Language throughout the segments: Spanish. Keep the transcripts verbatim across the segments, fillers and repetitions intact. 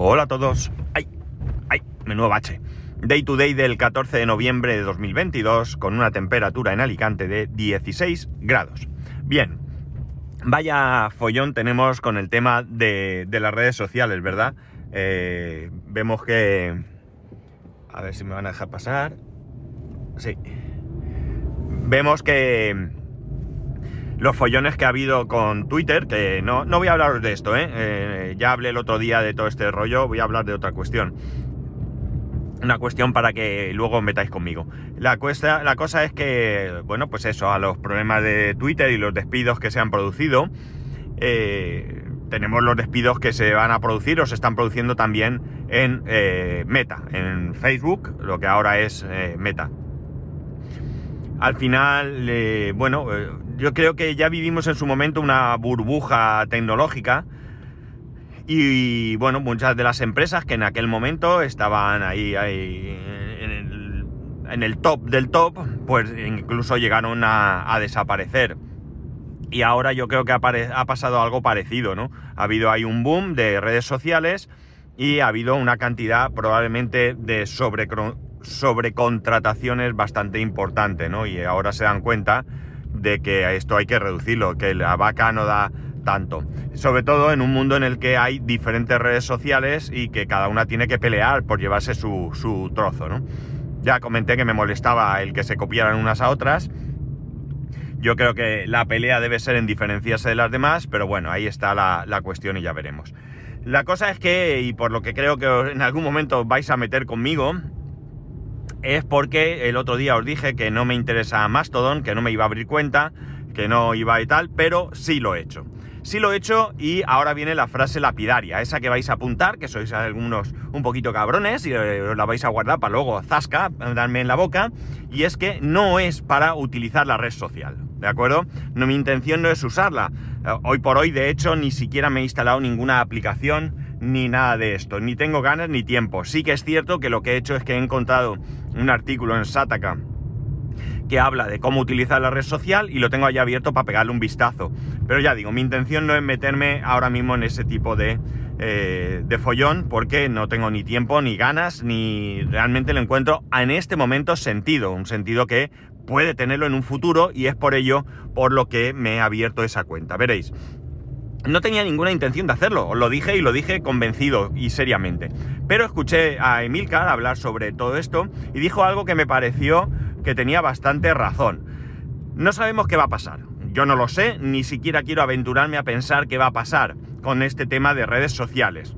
Hola a todos. ¡Ay! ¡Ay! Menudo bache. Day to day del catorce de noviembre de dos mil veintidós, con una temperatura en Alicante de dieciséis grados. Bien, vaya follón tenemos con el tema de, de las redes sociales, ¿verdad? Eh, vemos que... A ver si me van a dejar pasar. Sí. Vemos que... los follones que ha habido con Twitter, que no, no voy a hablaros de esto, ¿eh? ¿eh? Ya hablé el otro día de todo este rollo, voy a hablar de otra cuestión. Una cuestión para que luego os metáis conmigo. La, cuesta, la cosa es que, bueno, pues eso, a los problemas de Twitter y los despidos que se han producido, eh, tenemos los despidos que se van a producir o se están produciendo también en eh, Meta, en Facebook, lo que ahora es eh, Meta. Al final, eh, bueno, eh, yo creo que ya vivimos en su momento una burbuja tecnológica y, bueno, muchas de las empresas que en aquel momento estaban ahí, ahí en, el, en el top del top, pues incluso llegaron a, a desaparecer. Y ahora yo creo que ha, pare, ha pasado algo parecido, ¿no? Ha habido ahí un boom de redes sociales y ha habido una cantidad probablemente de sobre... sobrecontrataciones bastante importante, ¿no? Y ahora se dan cuenta de que esto hay que reducirlo, que la vaca no da tanto. Sobre todo en un mundo en el que hay diferentes redes sociales y que cada una tiene que pelear por llevarse su, su trozo, ¿no? Ya comenté que me molestaba el que se copiaran unas a otras. Yo creo que la pelea debe ser en diferenciarse de las demás, pero bueno, ahí está la, la cuestión y ya veremos. La cosa es que, y por lo que creo que en algún momento vais a meter conmigo, es porque el otro día os dije que no me interesa Mastodon, que no me iba a abrir cuenta, que no iba y tal, pero sí lo he hecho. Sí lo he hecho y ahora viene la frase lapidaria, esa que vais a apuntar, que sois algunos un poquito cabrones y os la vais a guardar para luego, zasca, darme en la boca, y es que no es para utilizar la red social, ¿de acuerdo? No, mi intención no es usarla. Hoy por hoy, de hecho, ni siquiera me he instalado ninguna aplicación ni nada de esto, ni tengo ganas ni tiempo. Sí que es cierto que lo que he hecho es que he encontrado un artículo en Sataka que habla de cómo utilizar la red social y lo tengo ahí abierto para pegarle un vistazo. Pero ya digo, mi intención no es meterme ahora mismo en ese tipo de, eh, de follón, porque no tengo ni tiempo, ni ganas, ni realmente le encuentro en este momento sentido, un sentido que puede tenerlo en un futuro y es por ello por lo que me he abierto esa cuenta. Veréis. No tenía ninguna intención de hacerlo, os lo dije y lo dije convencido y seriamente. Pero escuché a Emilcar hablar sobre todo esto y dijo algo que me pareció que tenía bastante razón. No sabemos qué va a pasar. Yo no lo sé, ni siquiera quiero aventurarme a pensar qué va a pasar con este tema de redes sociales.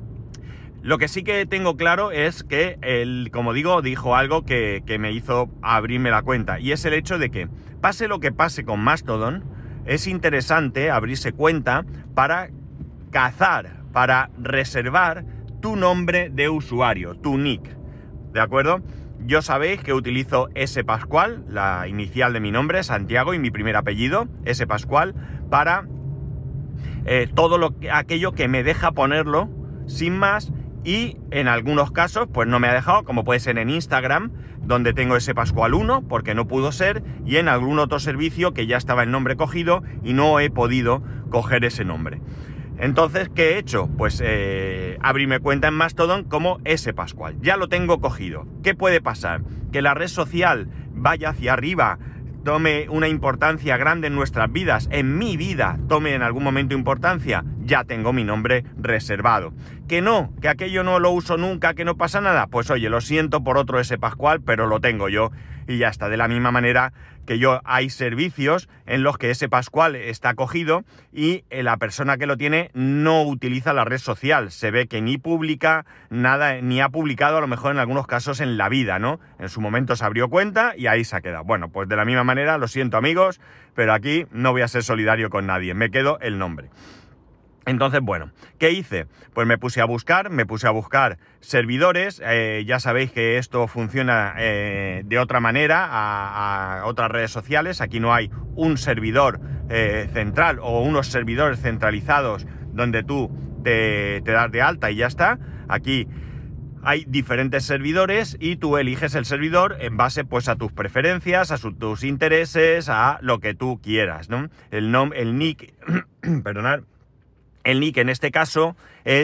Lo que sí que tengo claro es que, él, como digo, dijo algo que, que me hizo abrirme la cuenta. Y es el hecho de que, pase lo que pase con Mastodon, es interesante abrirse cuenta para cazar, para reservar tu nombre de usuario, tu nick, ¿de acuerdo? Yo sabéis que utilizo S. Pascual, la inicial de mi nombre, Santiago, y mi primer apellido, S. Pascual, para eh, todo lo, aquello que me deja ponerlo sin más, y en algunos casos pues no me ha dejado, como puede ser en Instagram, donde tengo ese Pascual uno, porque no pudo ser, y en algún otro servicio que ya estaba el nombre cogido y no he podido coger ese nombre. Entonces, ¿qué he hecho? Pues eh, abrirme cuenta en Mastodon como S. Pascual. Ya lo tengo cogido. ¿Qué puede pasar? Que la red social vaya hacia arriba, tome una importancia grande en nuestras vidas, en mi vida tome en algún momento importancia, ya tengo mi nombre reservado. Que no, que aquello no lo uso nunca, que no pasa nada, pues oye, lo siento por otro S. Pascual, pero lo tengo yo y ya está. De la misma manera que yo, hay servicios en los que ese Pascual está cogido y la persona que lo tiene no utiliza la red social. Se ve que ni publica nada, ni ha publicado a lo mejor en algunos casos en la vida, ¿no? En su momento se abrió cuenta y ahí se ha quedado. Bueno, pues de la misma manera, lo siento amigos, pero aquí no voy a ser solidario con nadie. Me quedo el nombre. Entonces, bueno, ¿qué hice? Pues me puse a buscar, me puse a buscar servidores, eh, ya sabéis que esto funciona eh, de otra manera a, a otras redes sociales, aquí no hay un servidor eh, central o unos servidores centralizados donde tú te, te das de alta y ya está, aquí hay diferentes servidores y tú eliges el servidor en base pues a tus preferencias, a su, tus intereses, a lo que tú quieras, ¿no? El, nom, el nick, perdonad, el nick en este caso es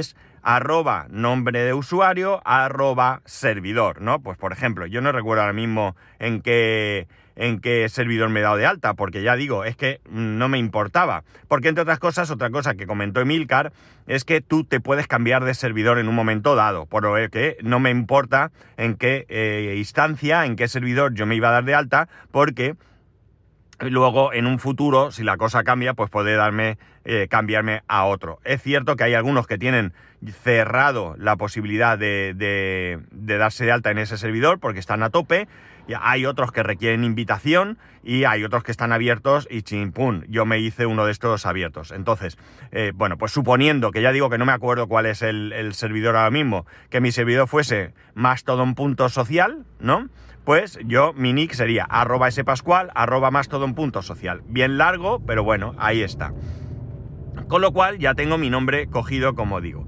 arroba nombre de usuario, arroba servidor, ¿no? Pues por ejemplo, yo no recuerdo ahora mismo en qué, en qué servidor me he dado de alta, porque ya digo, es que no me importaba. Porque entre otras cosas, otra cosa que comentó Emilcar es que tú te puedes cambiar de servidor en un momento dado, por lo que no me importa en qué eh, instancia, en qué servidor yo me iba a dar de alta, porque luego, en un futuro, si la cosa cambia, pues puede darme, eh, cambiarme a otro. Es cierto que hay algunos que tienen cerrado la posibilidad de, de, de darse de alta en ese servidor porque están a tope. Y hay otros que requieren invitación y hay otros que están abiertos y chimpum, yo me hice uno de estos abiertos. Entonces, eh, bueno, pues suponiendo que ya digo que no me acuerdo cuál es el, el servidor ahora mismo, que mi servidor fuese mastodon.social, ¿no? Pues yo, mi nick sería arroba spascual, arroba mastodon.social. Bien largo, pero bueno, ahí está. Con lo cual ya tengo mi nombre cogido, como digo.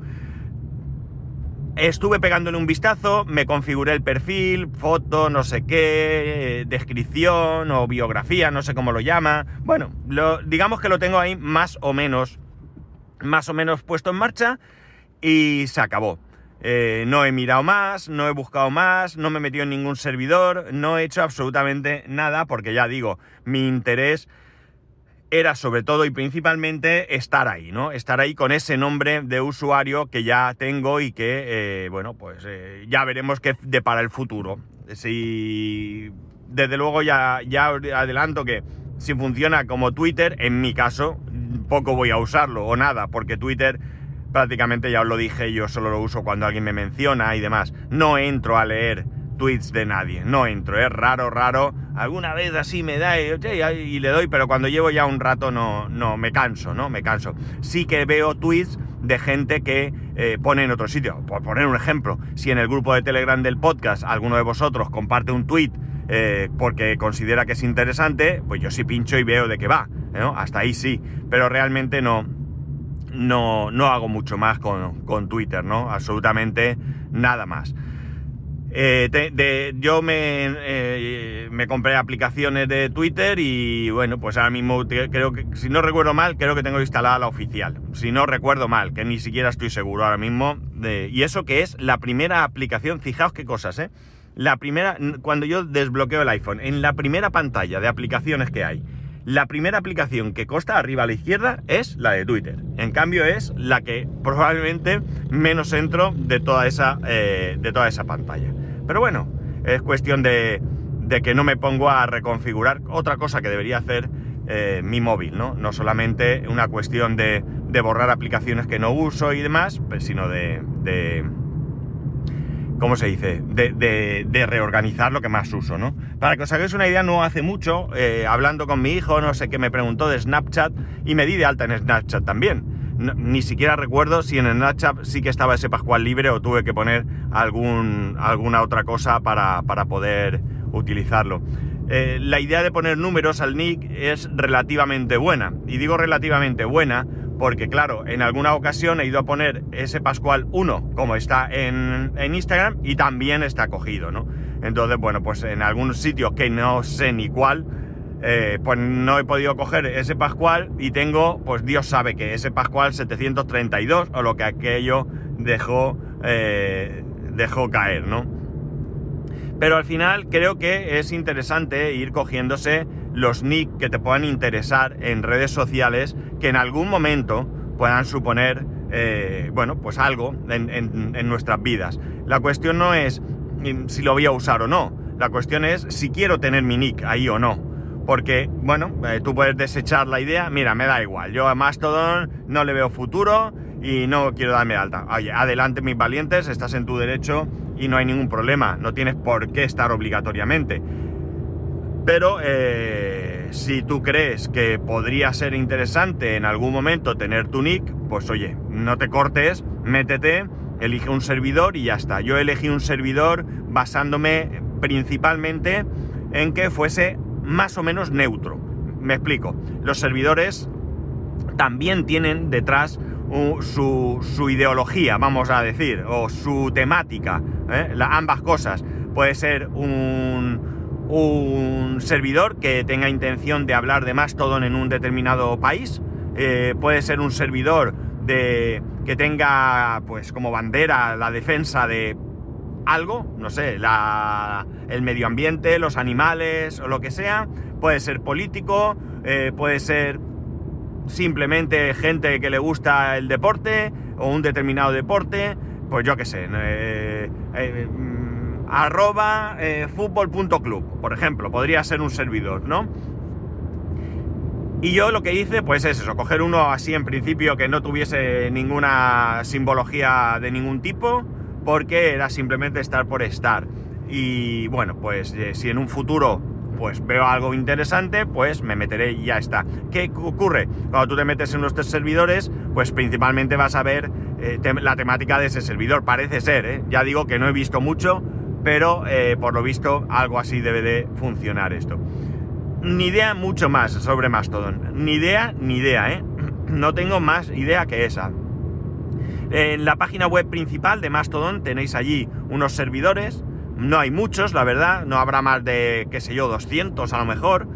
Estuve pegándole un vistazo, me configuré el perfil, foto, no sé qué, descripción o biografía, no sé cómo lo llama. Bueno, lo, digamos que lo tengo ahí más o menos, más o menos puesto en marcha y se acabó. Eh, no he mirado más, no he buscado más, no me he metido en ningún servidor, no he hecho absolutamente nada porque ya digo, mi interés era sobre todo y principalmente estar ahí, ¿no? Estar ahí con ese nombre de usuario que ya tengo y que, eh, bueno, pues eh, ya veremos qué depara el futuro. Si, desde luego ya, ya adelanto que si funciona como Twitter, en mi caso, poco voy a usarlo o nada, porque Twitter prácticamente ya os lo dije, yo solo lo uso cuando alguien me menciona y demás. No entro a leer tweets de nadie, no entro, es raro, raro, alguna vez así me da y, y le doy, pero cuando llevo ya un rato no, no, me canso, ¿no? Me canso. Sí que veo tweets de gente que eh, pone en otro sitio. Por poner un ejemplo, si en el grupo de Telegram del podcast alguno de vosotros comparte un tweet eh, porque considera que es interesante, pues yo sí pincho y veo de qué va, ¿no? Hasta ahí sí, pero realmente no, no, no hago mucho más con, con Twitter, ¿no? Absolutamente nada más. Eh, te, de, yo me, eh, me compré aplicaciones de Twitter y bueno, pues ahora mismo te, creo que, si no recuerdo mal, creo que tengo instalada la oficial. Si no recuerdo mal, que ni siquiera estoy seguro ahora mismo. De, y eso que es la primera aplicación, fijaos qué cosas, ¿eh? La primera, cuando yo desbloqueo el iPhone, en la primera pantalla de aplicaciones que hay, la primera aplicación que consta arriba a la izquierda es la de Twitter. En cambio es la que probablemente menos entro de toda esa, eh, de toda esa pantalla. Pero bueno, es cuestión de, de que no me pongo a reconfigurar otra cosa que debería hacer eh, mi móvil, ¿no? No solamente una cuestión de, de borrar aplicaciones que no uso y demás, pues, sino de, de... ¿Cómo se dice? De, de, de reorganizar lo que más uso, ¿no? Para que os hagáis una idea, no hace mucho, eh, hablando con mi hijo, no sé qué, me preguntó de Snapchat y me di de alta en Snapchat también. No, ni siquiera recuerdo si en el Snapchat sí que estaba ese Pascual libre o tuve que poner algún, alguna otra cosa para, para poder utilizarlo. Eh, la idea de poner números al nick es relativamente buena. Y digo relativamente buena porque, claro, en alguna ocasión he ido a poner ese Pascual uno, como está en, en Instagram, y también está cogido, ¿no? Entonces, bueno, pues en algún sitio que no sé ni cuál, eh, pues no he podido coger ese Pascual y tengo, pues Dios sabe que ese Pascual setecientos treinta y dos o lo que aquello dejó, eh, dejó caer, ¿no? Pero al final creo que es interesante ir cogiéndose los nick que te puedan interesar en redes sociales que en algún momento puedan suponer, eh, bueno, pues algo en, en, en nuestras vidas. La cuestión no es si lo voy a usar o no, la cuestión es si quiero tener mi nick ahí o no. Porque, bueno, eh, tú puedes desechar la idea, mira, me da igual, yo a Mastodon no le veo futuro y no quiero darme de alta. Oye, adelante mis valientes, estás en tu derecho y no hay ningún problema, no tienes por qué estar obligatoriamente. Pero eh, si tú crees que podría ser interesante en algún momento tener tu nick, pues oye, no te cortes, métete, elige un servidor y ya está. Yo elegí un servidor basándome principalmente en que fuese más o menos neutro. Me explico. Los servidores también tienen detrás uh, su, su ideología, vamos a decir, o su temática, ¿eh? La, ambas cosas. Puede ser un... un servidor que tenga intención de hablar de Mastodon en un determinado país, eh, puede ser un servidor de que tenga pues como bandera la defensa de algo, no sé, la, el medio ambiente, los animales o lo que sea. Puede ser político, eh, puede ser simplemente gente que le gusta el deporte o un determinado deporte, pues yo qué sé, eh, eh, mm, arroba eh, fútbol punto club, por ejemplo, podría ser un servidor, ¿no? Y yo lo que hice, pues es eso, coger uno así en principio que no tuviese ninguna simbología de ningún tipo, porque era simplemente estar por estar. Y bueno, pues eh, si en un futuro pues veo algo interesante, pues me meteré y ya está. ¿Qué ocurre? Cuando tú te metes en nuestros servidores, pues principalmente vas a ver eh, te la temática de ese servidor, parece ser, ¿eh? Ya digo que no he visto mucho, pero eh, por lo visto algo así debe de funcionar esto. Ni idea mucho más sobre Mastodon, ni idea, ni idea, ¿eh? No tengo más idea que esa. En la página web principal de Mastodon tenéis allí unos servidores. No hay muchos, la verdad, no habrá más de, qué sé yo, doscientos a lo mejor.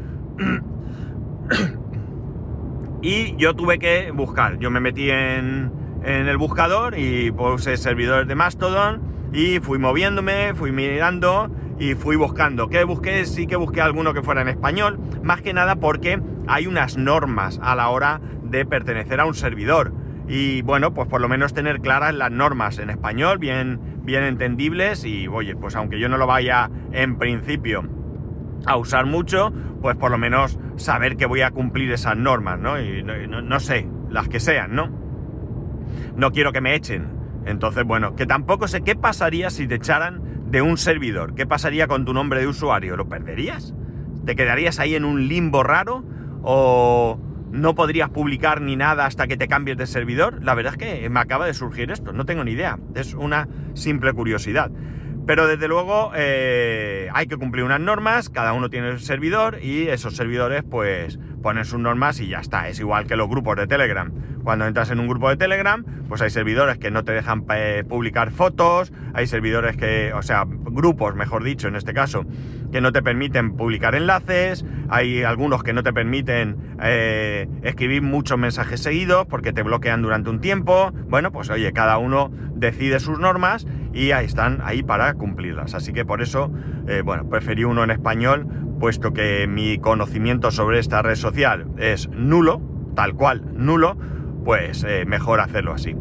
Y yo tuve que buscar, yo me metí en, en el buscador y puse servidores de Mastodon y fui moviéndome, fui mirando y fui buscando. ¿Qué busqué? Sí que busqué alguno que fuera en español, más que nada porque hay unas normas a la hora de pertenecer a un servidor. Y bueno, pues por lo menos tener claras las normas en español, bien, bien entendibles, y oye, pues aunque yo no lo vaya en principio a usar mucho, pues por lo menos saber que voy a cumplir esas normas, ¿no? Y no, no, no sé, las que sean, ¿no? No quiero que me echen. Entonces, bueno, que tampoco sé qué pasaría si te echaran de un servidor. ¿Qué pasaría con tu nombre de usuario? ¿Lo perderías? ¿Te quedarías ahí en un limbo raro? ¿O no podrías publicar ni nada hasta que te cambies de servidor? La verdad es que me acaba de surgir esto, no tengo ni idea, es una simple curiosidad. Pero desde luego eh, hay que cumplir unas normas, cada uno tiene su servidor y esos servidores pues ponen sus normas y ya está. Es igual que los grupos de Telegram. Cuando entras en un grupo de Telegram, pues hay servidores que no te dejan eh, publicar fotos, hay servidores que, o sea, grupos, mejor dicho, en este caso, que no te permiten publicar enlaces, hay algunos que no te permiten eh, escribir muchos mensajes seguidos porque te bloquean durante un tiempo. Bueno, pues oye, cada uno decide sus normas y ahí están, ahí para cumplirlas. Así que por eso, eh, bueno, preferí uno en español, puesto que mi conocimiento sobre esta red social es nulo, tal cual, nulo, pues eh, mejor hacerlo así.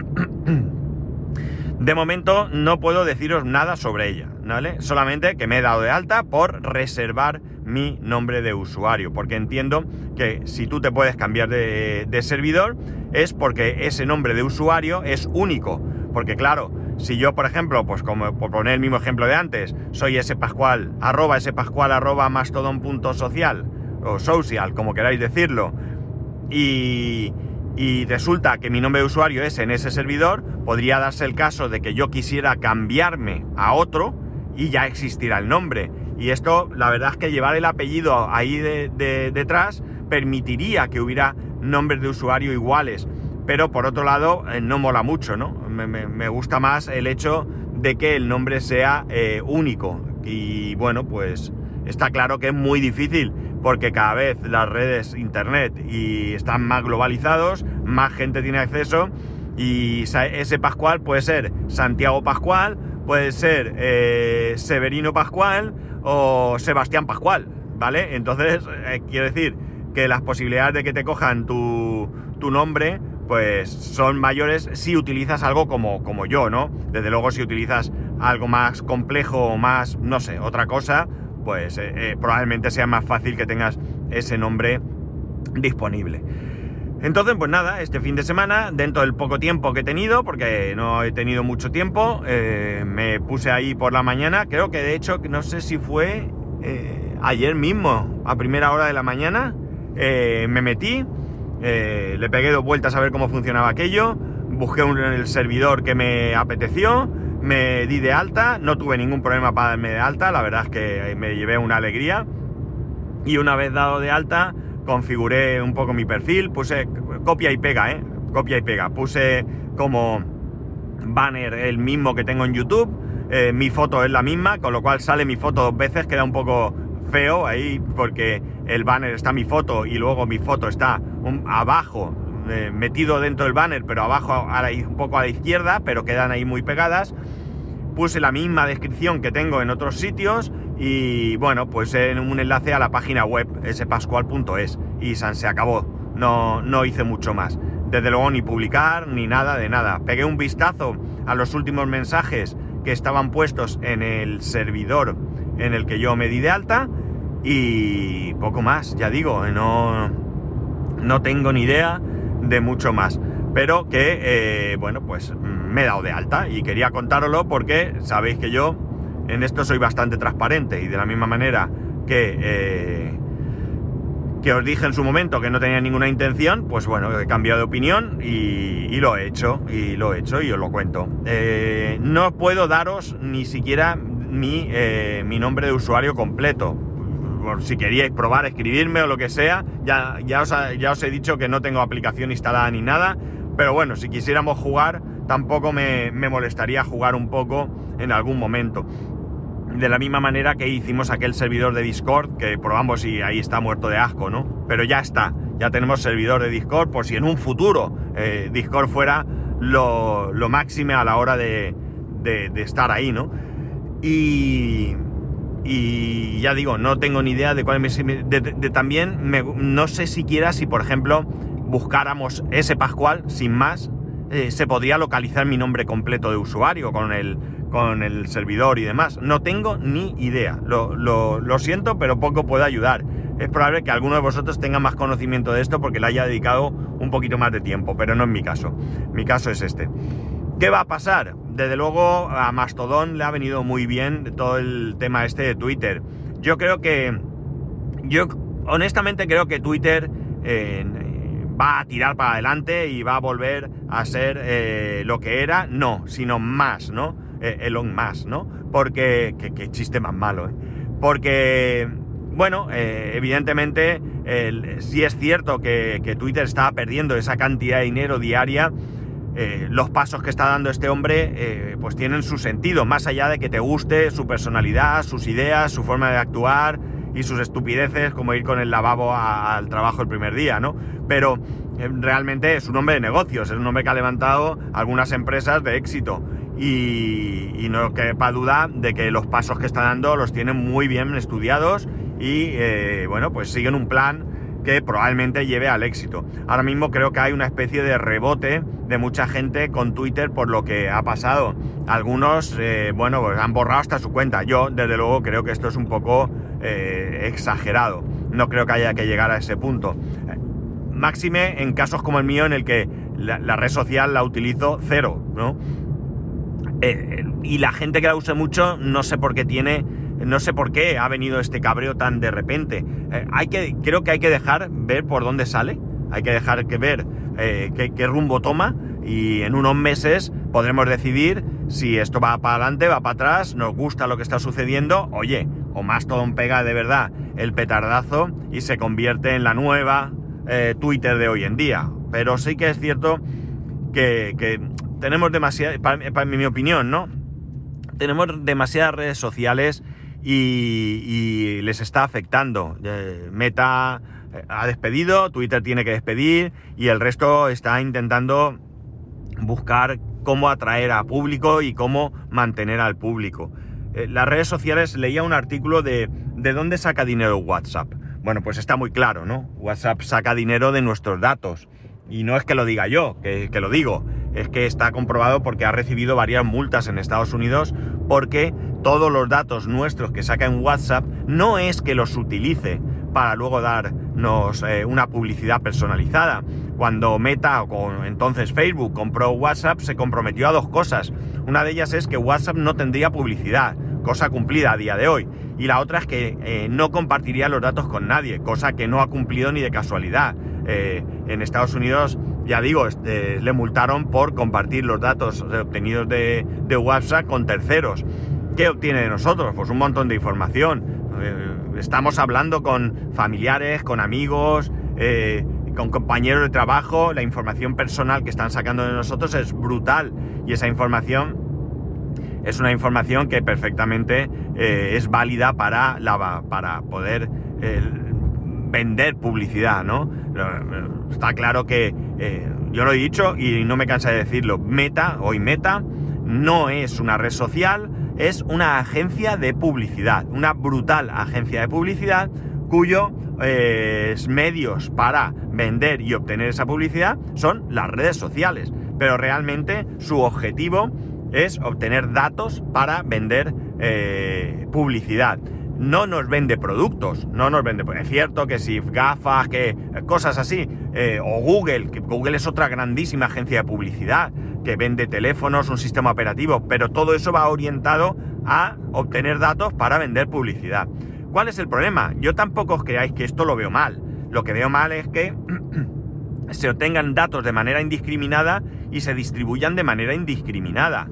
De momento no puedo deciros nada sobre ella, ¿vale? Solamente que me he dado de alta por reservar mi nombre de usuario, porque entiendo que si tú te puedes cambiar de, de servidor es porque ese nombre de usuario es único. Porque claro, si yo, por ejemplo, pues como por poner el mismo ejemplo de antes, soy spascual, arroba spascual, arroba mastodon punto social, o social, como queráis decirlo, y... y resulta que mi nombre de usuario es en ese servidor, podría darse el caso de que yo quisiera cambiarme a otro y ya existirá el nombre. Y esto, la verdad es que llevar el apellido ahí de, de, detrás permitiría que hubiera nombres de usuario iguales. Pero por otro lado, eh, no mola mucho, ¿no? Me, me, me gusta más el hecho de que el nombre sea eh, único. Y bueno, pues está claro que es muy difícil, porque cada vez las redes internet y están más globalizados, más gente tiene acceso, y ese Pascual puede ser Santiago Pascual, puede ser eh, Severino Pascual o Sebastián Pascual, ¿vale? Entonces, eh, quiero decir que las posibilidades de que te cojan tu, tu nombre pues son mayores si utilizas algo como, como yo, ¿no? Desde luego, si utilizas algo más complejo o más, no sé, otra cosa, pues eh, eh, probablemente sea más fácil que tengas ese nombre disponible. Entonces, pues nada, este fin de semana, dentro del poco tiempo que he tenido, porque no he tenido mucho tiempo, eh, me puse ahí por la mañana, creo que de hecho, no sé si fue eh, ayer mismo, a primera hora de la mañana, eh, me metí, eh, le pegué dos vueltas a ver cómo funcionaba aquello, busqué un, el servidor que me apeteció, me di de alta, no tuve ningún problema para darme de alta, la verdad es que me llevé una alegría, y una vez dado de alta configuré un poco mi perfil, puse copia y pega, ¿eh? Copia y pega, puse como banner el mismo que tengo en YouTube, eh, mi foto es la misma, con lo cual sale mi foto dos veces, queda un poco feo ahí porque el banner está mi foto y luego mi foto está un, abajo eh, metido dentro del banner, pero abajo, a la, un poco a la izquierda, pero quedan ahí muy pegadas. Puse la misma descripción que tengo en otros sitios y, bueno, pues en un enlace a la página web, ese pascual punto es, y san, se acabó. No, no hice mucho más. Desde luego ni publicar, ni nada de nada. Pegué un vistazo a los últimos mensajes que estaban puestos en el servidor en el que yo me di de alta y poco más, ya digo, no, no tengo ni idea de mucho más. Pero que, eh, bueno, pues me he dado de alta y quería contároslo porque sabéis que yo en esto soy bastante transparente y de la misma manera que... Eh, que os dije en su momento que no tenía ninguna intención, pues bueno, he cambiado de opinión y, y lo he hecho, y lo he hecho y os lo cuento. Eh, no puedo daros ni siquiera mi, eh, mi nombre de usuario completo. Por si queríais probar, escribirme o lo que sea, ya, ya, os, ya os he dicho que no tengo aplicación instalada ni nada, pero bueno, si quisiéramos jugar, tampoco me, me molestaría jugar un poco en algún momento. De la misma manera que hicimos aquel servidor de Discord, que probamos y ahí está muerto de asco, ¿no? Pero ya está, ya tenemos servidor de Discord por si en un futuro eh, Discord fuera lo, lo máximo a la hora de, de, de estar ahí, ¿no? Y, y ya digo, no tengo ni idea de cuál es mi... De, de, de también, me, no sé siquiera si, por ejemplo, buscáramos ese Pascual, sin más, eh, se podría localizar mi nombre completo de usuario con el... con el servidor y demás. No tengo ni idea. Lo, lo, lo siento, pero poco puedo ayudar. Es probable que alguno de vosotros tenga más conocimiento de esto porque le haya dedicado un poquito más de tiempo, pero no es mi caso. Mi caso es este. ¿Qué va a pasar? Desde luego a Mastodon le ha venido muy bien todo el tema este de Twitter. Yo creo que... Yo honestamente creo que Twitter eh, va a tirar para adelante y va a volver a ser eh, lo que era. No, sino más, ¿no? Elon Musk, ¿no? Porque... Qué, qué chiste más malo, ¿eh? Porque, bueno, eh, evidentemente, el, sí es cierto que, que Twitter está perdiendo esa cantidad de dinero diaria. Eh, los pasos que está dando este hombre, eh, pues tienen su sentido, más allá de que te guste su personalidad, sus ideas, su forma de actuar y sus estupideces, como ir con el lavabo a, al trabajo el primer día, ¿no? Pero eh, realmente es un hombre de negocios, es un hombre que ha levantado algunas empresas de éxito. Y, y no quepa duda de que los pasos que está dando los tienen muy bien estudiados y eh, bueno, pues siguen un plan que probablemente lleve al éxito. Ahora mismo creo que hay una especie de rebote de mucha gente con Twitter por lo que ha pasado. Algunos, eh, bueno, pues han borrado hasta su cuenta. Yo, desde luego, creo que esto es un poco eh, exagerado. No creo que haya que llegar a ese punto. Máxime en casos como el mío en el que la, la red social la utilizo cero, ¿no? Eh, y la gente que la usa mucho, no sé por qué tiene, no sé por qué ha venido este cabreo tan de repente. Eh, hay que, creo que hay que dejar ver por dónde sale, hay que dejar que ver eh, qué, qué rumbo toma y en unos meses podremos decidir si esto va para adelante, va para atrás, nos gusta lo que está sucediendo, oye, o Mastodon pega de verdad el petardazo y se convierte en la nueva eh, Twitter de hoy en día. Pero sí que es cierto que... que tenemos demasiadas, para, para mi opinión, ¿no? Tenemos demasiadas redes sociales y, y les está afectando. Eh, Meta ha despedido, Twitter tiene que despedir y el resto está intentando buscar cómo atraer a público y cómo mantener al público. Eh, las redes sociales, leía un artículo de ¿de dónde saca dinero WhatsApp? Bueno, pues está muy claro, ¿no? WhatsApp saca dinero de nuestros datos. Y no es que lo diga yo, que, que lo digo, es que está comprobado porque ha recibido varias multas en Estados Unidos porque todos los datos nuestros que saca en WhatsApp no es que los utilice para luego darnos eh, una publicidad personalizada. Cuando Meta, o con, entonces Facebook, compró WhatsApp, se comprometió a dos cosas. Una de ellas es que WhatsApp no tendría publicidad, cosa cumplida a día de hoy. Y la otra es que eh, no compartiría los datos con nadie, cosa que no ha cumplido ni de casualidad. Eh, en Estados Unidos, ya digo, este, le multaron por compartir los datos obtenidos de, de WhatsApp con terceros. ¿Qué obtiene de nosotros? Pues un montón de información. Eh, estamos hablando con familiares, con amigos, eh, con compañeros de trabajo. La información personal que están sacando de nosotros es brutal y esa información es una información que perfectamente eh, es válida para, la, para poder eh, vender publicidad, ¿no? Está claro que, eh, yo lo he dicho y no me cansa de decirlo, Meta, hoy Meta, no es una red social, es una agencia de publicidad, una brutal agencia de publicidad cuyos eh, medios para vender y obtener esa publicidad son las redes sociales, pero realmente su objetivo es obtener datos para vender eh, publicidad. No nos vende productos, no nos vende... Es cierto que si gafas, que cosas así, eh, o Google, que Google es otra grandísima agencia de publicidad, que vende teléfonos, un sistema operativo, pero todo eso va orientado a obtener datos para vender publicidad. ¿Cuál es el problema? Yo tampoco os creáis que esto lo veo mal. Lo que veo mal es que se obtengan datos de manera indiscriminada y se distribuyan de manera indiscriminada.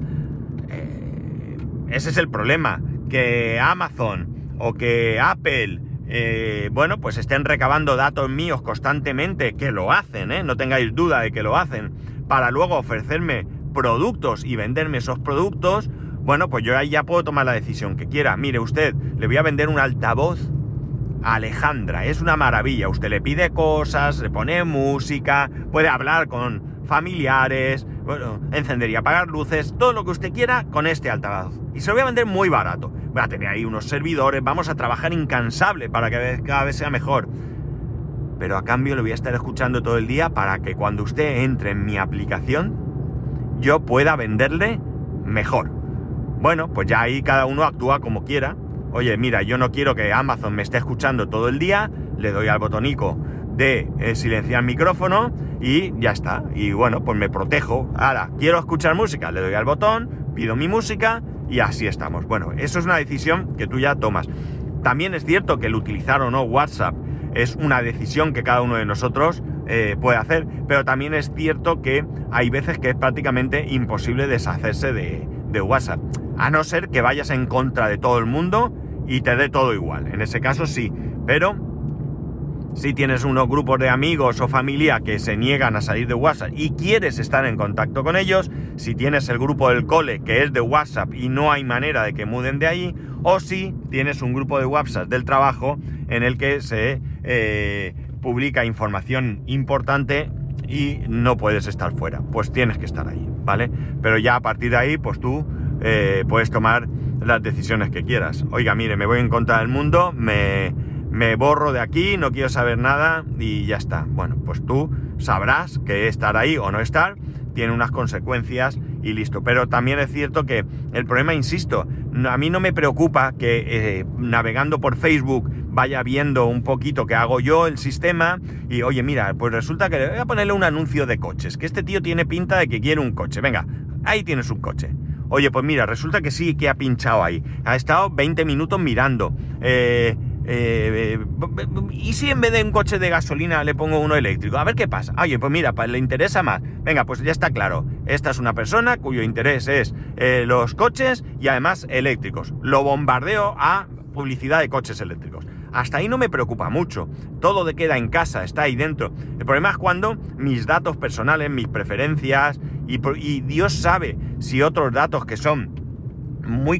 Eh, ese es el problema. Que Amazon o que Apple, eh, bueno, pues estén recabando datos míos constantemente, que lo hacen, ¿eh? No tengáis duda de que lo hacen, para luego ofrecerme productos y venderme esos productos, bueno, pues yo ahí ya puedo tomar la decisión que quiera. Mire usted, le voy a vender un altavoz a Alejandra, es una maravilla. Usted le pide cosas, le pone música, puede hablar con familiares, bueno, encender y apagar luces, todo lo que usted quiera con este altavoz. Y se lo voy a vender muy barato. Voy a tener ahí unos servidores, vamos a trabajar incansable para que cada vez sea mejor. Pero a cambio le voy a estar escuchando todo el día para que cuando usted entre en mi aplicación, yo pueda venderle mejor. Bueno, pues ya ahí cada uno actúa como quiera. Oye, mira, yo no quiero que Amazon me esté escuchando todo el día, le doy al botonico de eh, silenciar micrófono y ya está. Y bueno, pues me protejo. Ahora, quiero escuchar música, le doy al botón, pido mi música y así estamos. Bueno, eso es una decisión que tú ya tomas. También es cierto que el utilizar o no WhatsApp es una decisión que cada uno de nosotros eh, puede hacer, pero también es cierto que hay veces que es prácticamente imposible deshacerse de, de WhatsApp, a no ser que vayas en contra de todo el mundo y te dé todo igual. En ese caso sí, pero si tienes unos grupos de amigos o familia que se niegan a salir de WhatsApp y quieres estar en contacto con ellos, si tienes el grupo del cole que es de WhatsApp y no hay manera de que muden de ahí, o si tienes un grupo de WhatsApp del trabajo en el que se eh, publica información importante y no puedes estar fuera, pues tienes que estar ahí, ¿vale? Pero ya a partir de ahí, pues tú eh, puedes tomar las decisiones que quieras. Oiga, mire, me voy en contra del mundo, me... me borro de aquí, no quiero saber nada y ya está. Bueno, pues tú sabrás que estar ahí o no estar tiene unas consecuencias y listo. Pero también es cierto que el problema, insisto, a mí no me preocupa que eh, navegando por Facebook vaya viendo un poquito que hago yo el sistema y oye, mira, pues resulta que le voy a ponerle un anuncio de coches, que este tío tiene pinta de que quiere un coche. Venga, ahí tienes un coche. Oye, pues mira, resulta que sí que ha pinchado ahí. Ha estado veinte minutos mirando. Eh... Eh, eh, ¿Y si en vez de un coche de gasolina le pongo uno eléctrico? A ver qué pasa. Oye, pues mira, pues le interesa más. Venga, pues ya está claro. Esta es una persona cuyo interés es eh, los coches y además eléctricos. Lo bombardeo a publicidad de coches eléctricos. Hasta ahí no me preocupa mucho. Todo de queda en casa, está ahí dentro. El problema es cuando mis datos personales, mis preferencias y, y Dios sabe si otros datos que son muy...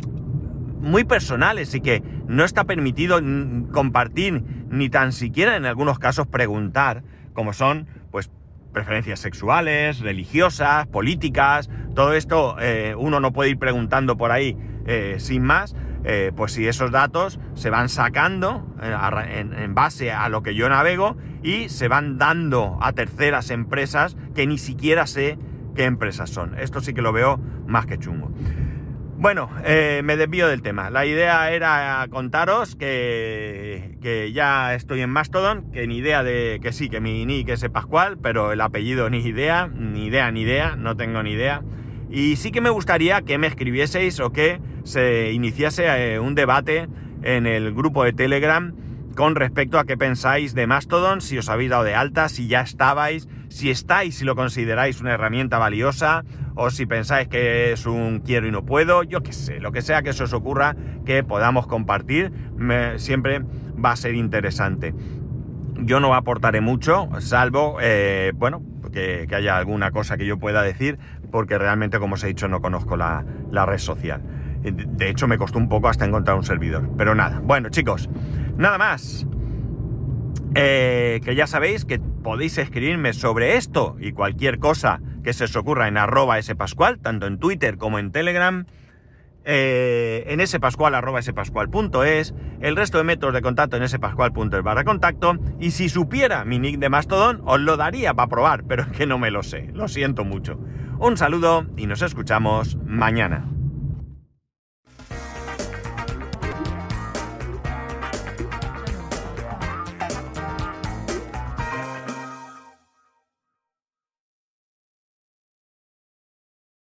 muy personales y que no está permitido compartir ni tan siquiera en algunos casos preguntar, como son pues preferencias sexuales, religiosas, políticas, todo esto eh, uno no puede ir preguntando por ahí eh, sin más, eh, pues si esos datos se van sacando eh, en, en base a lo que yo navego y se van dando a terceras empresas que ni siquiera sé qué empresas son. Esto sí que lo veo más que chungo. Bueno, eh, me desvío del tema. La idea era contaros que, que ya estoy en Mastodon, que ni idea de que sí, que mi nick es Pascual, pero el apellido ni idea, ni idea, ni idea, no tengo ni idea. Y sí que me gustaría que me escribieseis o que se iniciase eh, un debate en el grupo de Telegram con respecto a qué pensáis de Mastodon, si os habéis dado de alta, si ya estabais, si estáis, si lo consideráis una herramienta valiosa, o si pensáis que es un quiero y no puedo, yo qué sé, lo que sea que se os ocurra que podamos compartir, me, siempre va a ser interesante. Yo no aportaré mucho, salvo, eh, bueno, que, que haya alguna cosa que yo pueda decir, porque realmente, como os he dicho, no conozco la, la red social. De hecho, me costó un poco hasta encontrar un servidor, pero nada. Bueno, chicos, nada más. Eh, que ya sabéis que podéis escribirme sobre esto y cualquier cosa que se os ocurra en arroba spascual, tanto en Twitter como en Telegram, eh, en spascual arroba spascual punto es, el resto de métodos de contacto en spascual punto es barra contacto, y si supiera mi nick de Mastodon os lo daría para probar, pero es que no me lo sé, lo siento mucho. Un saludo y nos escuchamos mañana.